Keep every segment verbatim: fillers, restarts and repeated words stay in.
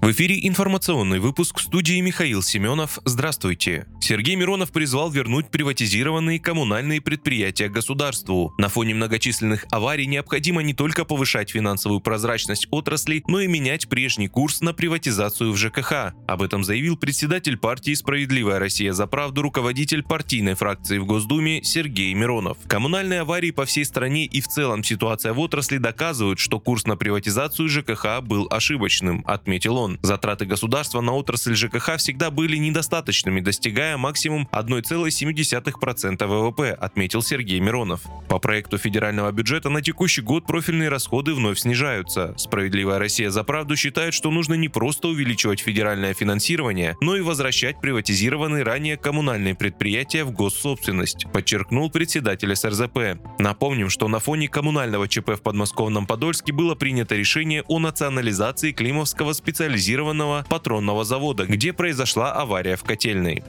В эфире информационный выпуск, в студии Михаил Семенов. Здравствуйте. Сергей Миронов призвал вернуть приватизированные коммунальные предприятия государству. На фоне многочисленных аварий необходимо не только повышать финансовую прозрачность отрасли, но и менять прежний курс на приватизацию в ЖКХ. Об этом заявил председатель партии «Справедливая Россия за правду», руководитель партийной фракции в Госдуме Сергей Миронов. Коммунальные аварии по всей стране и в целом ситуация в отрасли доказывают, что курс на приватизацию ЖКХ был ошибочным, отметил он. Затраты государства на отрасль ЖКХ всегда были недостаточными, достигая максимум одна целая семь десятых процента ВВП, отметил Сергей Миронов. По проекту федерального бюджета на текущий год профильные расходы вновь снижаются. «Справедливая Россия за правду» считает, что нужно не просто увеличивать федеральное финансирование, но и возвращать приватизированные ранее коммунальные предприятия в госсобственность, подчеркнул председатель эс эр зэ пэ. Напомним, что на фоне коммунального ЧП в подмосковном Подольске было принято решение о национализации Климовского специализированного патронного завода, где произошла авария в котельной.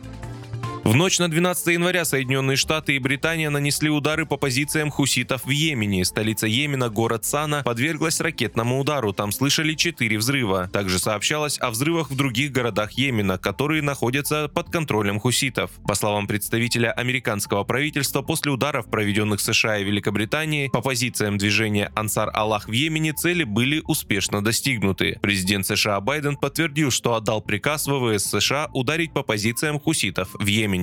В ночь на двенадцатое января Соединенные Штаты и Британия нанесли удары по позициям хуситов в Йемене. Столица Йемена, город Сана, подверглась ракетному удару. Там слышали четыре взрыва. Также сообщалось о взрывах в других городах Йемена, которые находятся под контролем хуситов. По словам представителя американского правительства, после ударов, проведенных США и Великобританией, по позициям движения Ансар Аллах в Йемене цели были успешно достигнуты. Президент США Байден подтвердил, что отдал приказ вэ вэ эс США ударить по позициям хуситов в Йемене.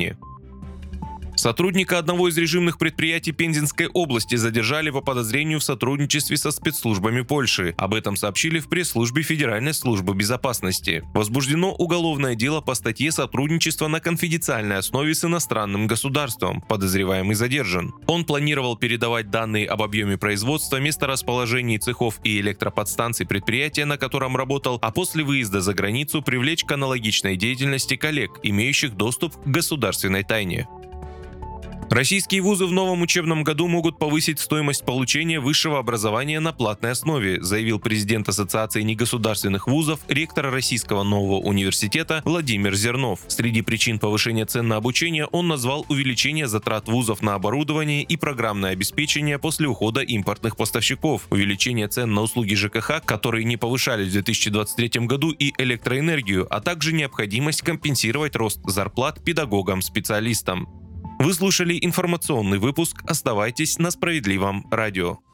Сотрудника одного из режимных предприятий Пензенской области задержали по подозрению в сотрудничестве со спецслужбами Польши. Об этом сообщили в пресс-службе Федеральной службы безопасности. Возбуждено уголовное дело по статье «Сотрудничество на конфиденциальной основе с иностранным государством». Подозреваемый задержан. Он планировал передавать данные об объеме производства, месторасположении цехов и электроподстанций предприятия, на котором работал, а после выезда за границу привлечь к аналогичной деятельности коллег, имеющих доступ к государственной тайне. Российские вузы в новом учебном году могут повысить стоимость получения высшего образования на платной основе, заявил президент Ассоциации негосударственных вузов, ректор Российского нового университета Владимир Зернов. Среди причин повышения цен на обучение он назвал увеличение затрат вузов на оборудование и программное обеспечение после ухода импортных поставщиков, увеличение цен на услуги ЖКХ, которые не повышались в две тысячи двадцать третьем году, и электроэнергию, а также необходимость компенсировать рост зарплат педагогам-специалистам. Вы слушали информационный выпуск. Оставайтесь на Справедливом радио.